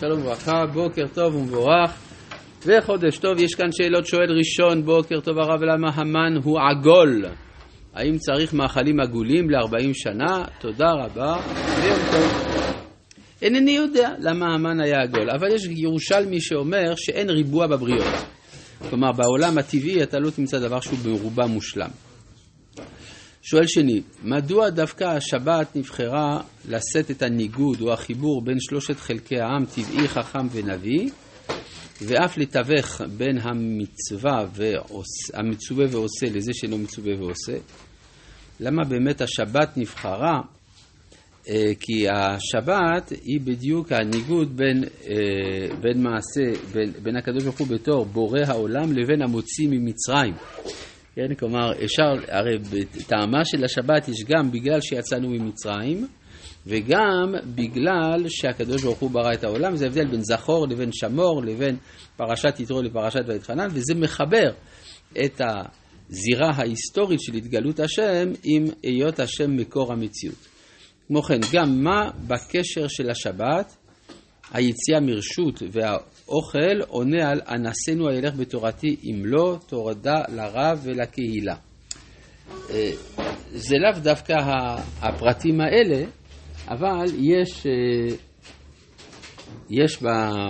שלום וברכה, בוקר טוב ומבורך וחודש טוב. יש כאן שאלות. שואל ראשון, בוקר טוב הרב, למה המן הוא עגול? האם צריך מאכלים עגולים ל-40 שנה? תודה רבה ויום טוב. אינני יודע למה המן היה עגול, אבל יש ירושלמי שאומר שאין ריבוע בבריות. כלומר, בעולם הטבעי אתה לא תמצא דבר שהוא ברובע מושלם. שואל שני, מדוע דווקא השבת נבחרה לשאת את הניגוד או החיבור בין שלושת חלקי העם, טבעי, חכם ונביא, ואף לתווך בין המצווה ועושה לזה שלא מצווה ועושה? למה באמת השבת נבחרה? כי השבת היא בדיוק הניגוד בין מעשה, בין הקדוש ברוך הוא בתור בורא העולם לבין המוציא ממצרים. כן, כלומר, הרי טעמה של השבת יש גם בגלל שיצאנו ממצרים, וגם בגלל שהקדוש ברוך הוא ברא את העולם. זה הבדל בין זכור לבין שמור, לבין פרשת יתרו לפרשת ויתחנן, וזה מחבר את הזירה ההיסטורית של התגלות השם עם היות השם מקור המציאות. כמו כן, גם מה בקשר של השבת, היציאה מרשות והאוכל עונה על אנסנו הילך בתורתי, אם לא תורדה לרב ולקהילה. זה לאו דווקא הפרטים האלה, אבל יש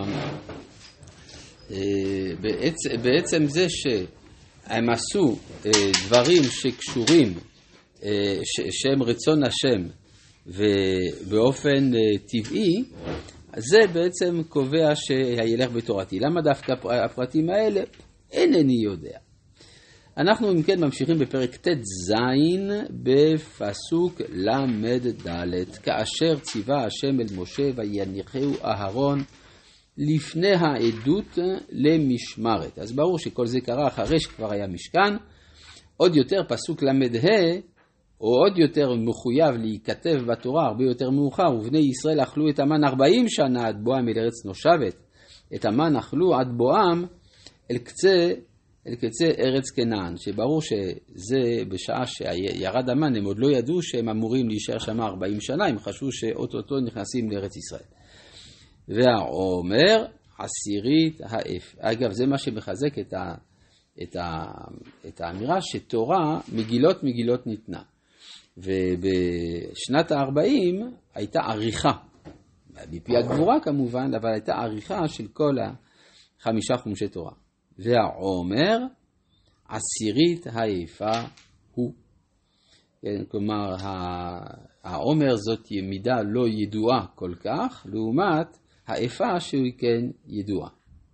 בעצם זה שהם עשו דברים שקשורים, שהם רצון השם ובאופן טבעי, זה בעצם קובע שהילך בתורתי. למה דווקא הפרטים האלה? אינני יודע. אנחנו אם כן ממשיכים בפרק ט' זין בפסוק למד ד', כאשר ציווה השם אל משה ויניחהו אהרון לפני העדות למשמרת. אז ברור שכל זה קרה אחרי שכבר היה משכן. עוד יותר פסוק למד ה' או עוד יותר מחויב להיכתב בתורה הרבה יותר מאוחר, ובני ישראל אכלו את המן 40 שנה עד בואם אל ארץ נושבת. את המן אכלו עד בואם אל קצה ארץ כנען, שברור שזה בשעה שירד המן, הם עוד לא ידעו שהם אמורים להישאר שם 40 שנה, הם חשבו שאוטוטו נכנסים לארץ ישראל. והאומר עשירית האף. אגב, זה מה שמחזק את האמירה שתורה מגילות ניתנה. ובשנת ה-40 הייתה עריכה, בפי הגבורה כמובן, אבל הייתה עריכה של כל 5 חומשי תורה. והעומר עשירית האיפה הוא. כלומר, העומר זאת מידה לא ידועה כל כך, לעומת האיפה שהיא כן ידועה.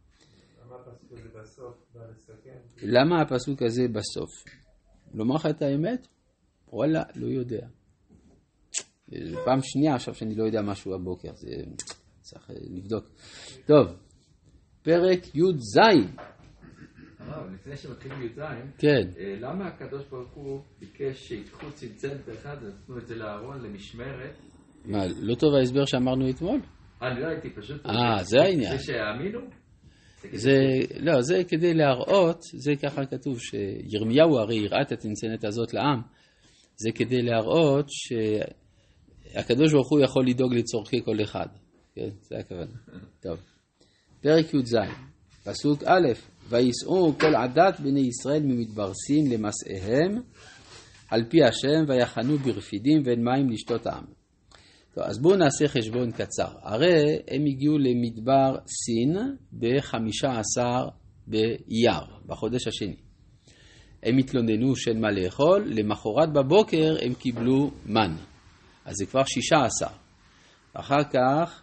למה הפסוק הזה בסוף? לומר לך את האמת? וואלה, לא יודע. פעם שנייה עכשיו שאני לא יודע משהו הבוקר, זה צריך לבדוק. טוב, פרק י"ז. לפני שמתחילים י"ז, כן. למה הקדוש ברוך הוא ביקש שיקחו צנצנת אחד ונתנו את זה לאהרון למשמרת? מה, לא טוב ההסבר שאמרנו אתמול? אני לא הייתי פשוט... זה העניין. זה שהאמינו? לא, זה כדי להראות, זה ככה כתוב שירמיהו הרי הראה את הצנצנת הזאת לעם, זה כדי להראות שהקדוש ברוך הוא יכול לדאוג לצורכי כל אחד. כן, זה הכוונה. טוב. פרק י"ז, פסוק א', ויסעו כל עדת בני ישראל ממדבר סין למסעיהם על פי השם ויחנו ברפידים ואין מים לשתות העם. טוב, אז בואו נעשה חשבון קצר. הרי הם הגיעו למדבר סין ב-15 באייר, בחודש השני. הם התלוננו שאין מה לאכול, למחרת בבוקר הם קיבלו מן. אז זה כבר 16. אחר כך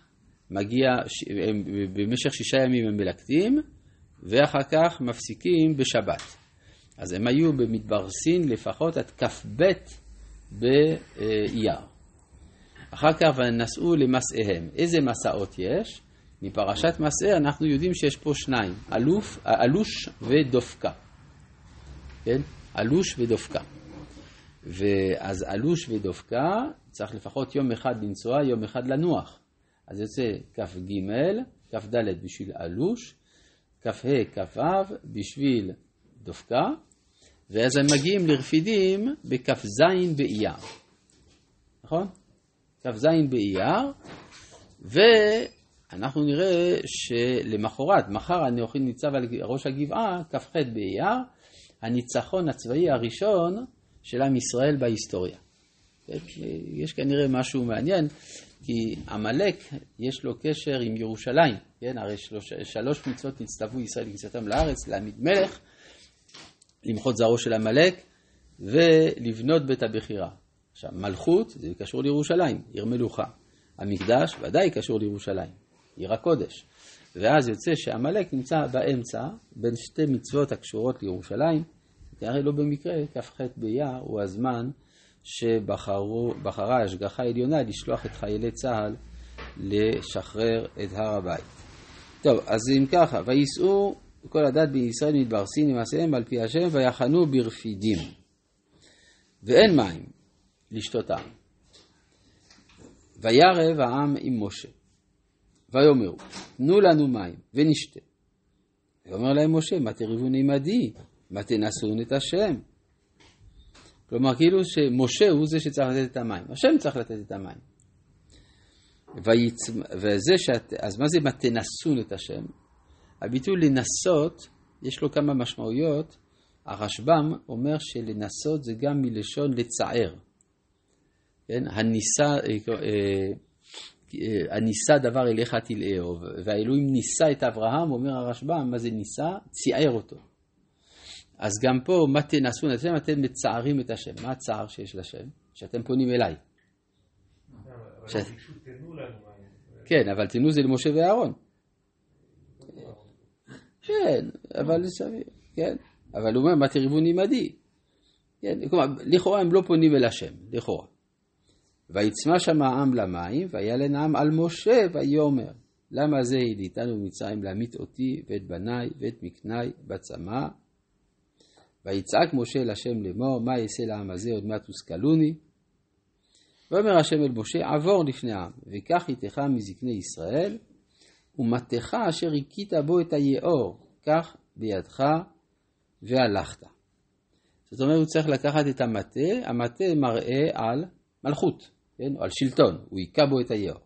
במשך 6 ימים הם מלקטים, ואחר כך מפסיקים בשבת. אז הם היו במדבר סין לפחות עד כ"ב באייר. אחר כך נסעו למסעיהם. איזה מסעות יש? מפרשת מסע אנחנו יודעים שיש פה 2, אלוש ודופקה. כן? אלוש ודופקה. ואז אלוש ודופקה צריך לפחות יום אחד לנסוע, יום אחד לנוח. אז יוצא כ"ג, כ"ד בשביל אלוש, כ"ה, כ"ו בשביל דופקה, ואז הם מגיעים לרפידים בכ"ז באייר. נכון? כ"ז באייר, אנחנו נראה שלמחרת, מחר אנוכי ניצב על ראש הגבעה, כ"ח באייר, הניצחון הצבאי הראשון של עם ישראל בהיסטוריה. יש כנראה משהו מעניין, כי עמלק יש לו קשר עם ירושלים, כן? הרי 3 מצוות נצטוו ישראל לכניסתם לארץ, להעמיד מלך, למחות זרעו של עמלק, ולבנות בית הבחירה. עכשיו, מלכות זה קשור לירושלים, עיר מלוכה. המקדש ודאי קשור לירושלים, עיר הקודש. ואז יוצא שעמלק נמצא באמצע, בין 2 מצוות הקשורות לירושלים, כנראה לא במקרה, כ"ח באייר הוא הזמן שבחרה השגחה העליונה לשלוח את חיילי צה"ל לשחרר את הר הבית. טוב, אז אם ככה, ויסעו כל הדת בישראל מתברסים למעשיהם על פי השם, ויחנו ברפידים. ואין מים לשתות העם. וירב העם עם משה. ויאמרו, תנו לנו מים ונשתה. ואומר להם משה, מה תריבון עמדי? מה תנסון את השם? כלומר, כאילו שמשה הוא זה שצריך לתת את המים. השם צריך לתת את המים. אז מה זה מה תנסון את השם? הביטוי לנסות, יש לו כמה משמעויות. הרשב"ם אומר שלנסות זה גם מלשון לצער. כן? הניסה דבר אליך תלאהו, והאלוהים ניסה את אברהם, אומר הרשב"ם, מה זה ניסה? ציער אותו. אז גם פה, מה תנסון את השם? אתם מצערים את השם. מה הצער שיש לשם? שאתם פונים אליי. אבל ביקשו תנו לנו. כן, אבל תנו זה למשה ואהרון. כן, אבל זה סביר. כן, אבל הוא אומר, מה תריבון עמדי? כן, כלומר, לכאורה הם לא פונים אל השם, לכאורה. ויצמא שם העם למים, וילן העם על משה, ויאמר, למה זה העליתנו ממצרים להמית אותי ואת בניי ואת מקניי בצמא? ויצעק משה אל השם לאמור, מה יעשה לעם הזה עוד מעט תושכלוני? ואומר השם אל משה, עבור לפני העם, וקח איתך מזקני ישראל, ומתך אשר הכית בו את היאור, קח בידך והלכת. זאת אומרת, הוא צריך לקחת את המטה, המטה מראה על מלכות, כן? או על שלטון, הוא היכה בו את היאור.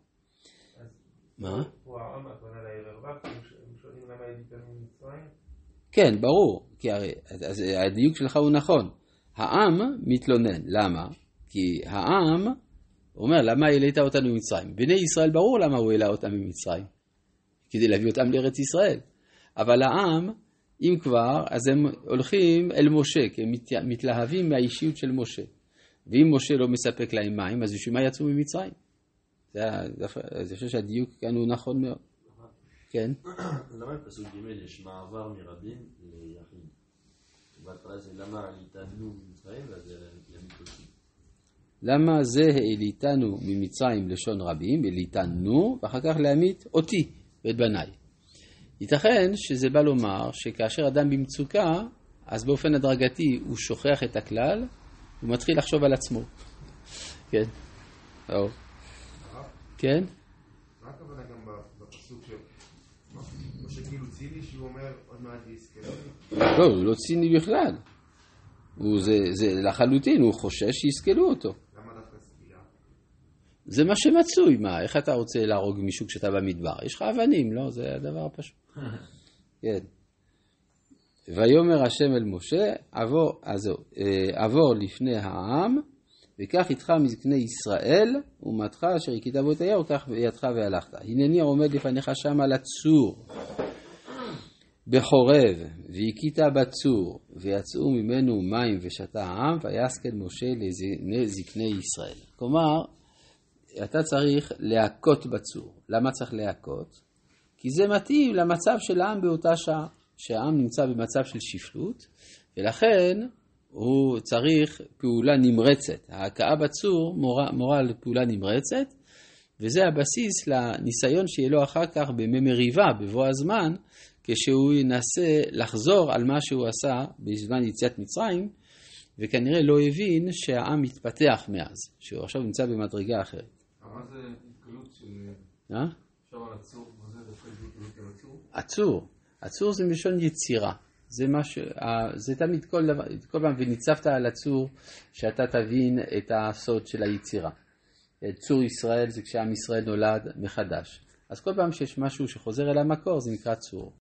מה? פה העם הכוונה לערב, הם שואלים למה העליתנו ממצרים? כן, ברור, כי אז הדיוק שלך הוא נכון. העם מתלונן, למה? כי העם אומר, למה העלית אותנו ממצרים? בני ישראל ברור למה הוא העלה אותם ממצרים, כדי להביא אותם לארץ ישראל. אבל העם, אם כבר, אז הם הולכים אל משה, כי הם מתלהבים מהאישיות של משה. ואם משה לא מספק להם מים, אז בשביל מה יצאו ממצרים? אני חושב שהדיוק כאן הוא נכון מאוד. כן? למה בפסוק ג' יש מעבר מרבים ליחיד? בהתחלה זה למה העליתנו ממצרים וזה להמית אותי. למה זה העליתנו ממצרים לשון רבים, העליתנו, ואחר כך להמית אותי ואת בניי. ייתכן שזה בא לומר שכאשר אדם במצוקה, אז באופן הדרגתי הוא שוכח את הכלל, הוא מתחיל לחשוב על עצמו. כן? או. כן? מה הכוונה גם בפסוק שכאילו ציני שהוא אומר עוד מעט יזכרו? לא, הוא לא ציני בכלל. זה לחלוטין, הוא חושש שיזכלו אותו. למה דווקא סגירה? זה מה שמצוי, מה? איך אתה רוצה להרוג מישהו כשאתה במדבר? יש לך אבנים, לא? זה הדבר הפשוט. כן. ויאמר השם אל משה, עבור לפני העם, וקח איתך מזקני ישראל, ומתך אשר הכית בו את היאור, קח בידך והלכת. הנני עומד לפניך שם על הצור, בחורב, והכית בצור, ויצאו ממנו מים ושתה העם, ויסקל משה לזקני ישראל. כלומר, אתה צריך להכות בצור. למה צריך להכות? כי זה מתאים למצב של העם באותה שעה, שהעם נמצא במצב של שפלות, ולכן הוא צריך פעולה נמרצת. ההכאה בצור מורה לפעולה נמרצת, וזה הבסיס לניסיון שיהיה לו אחר כך בימי מריבה, בבוא הזמן, כשהוא ינסה לחזור על מה שהוא עשה בזמן יציאת מצרים, וכנראה לא הבין שהעם מתפתח מאז, שהוא עכשיו נמצא במדרגה אחרת. מה זה התגלות של... אפשר על הצור? מה זה התגלות על הצור? הצור. הצור זה מלשון יצירה. זה תמיד כל פעם, וניצבת על הצור שאתה תבין את הסוד של היצירה. צור ישראל זה כשעם ישראל נולד מחדש. אז כל פעם שיש משהו שחוזר אל המקור זה נקרא צור.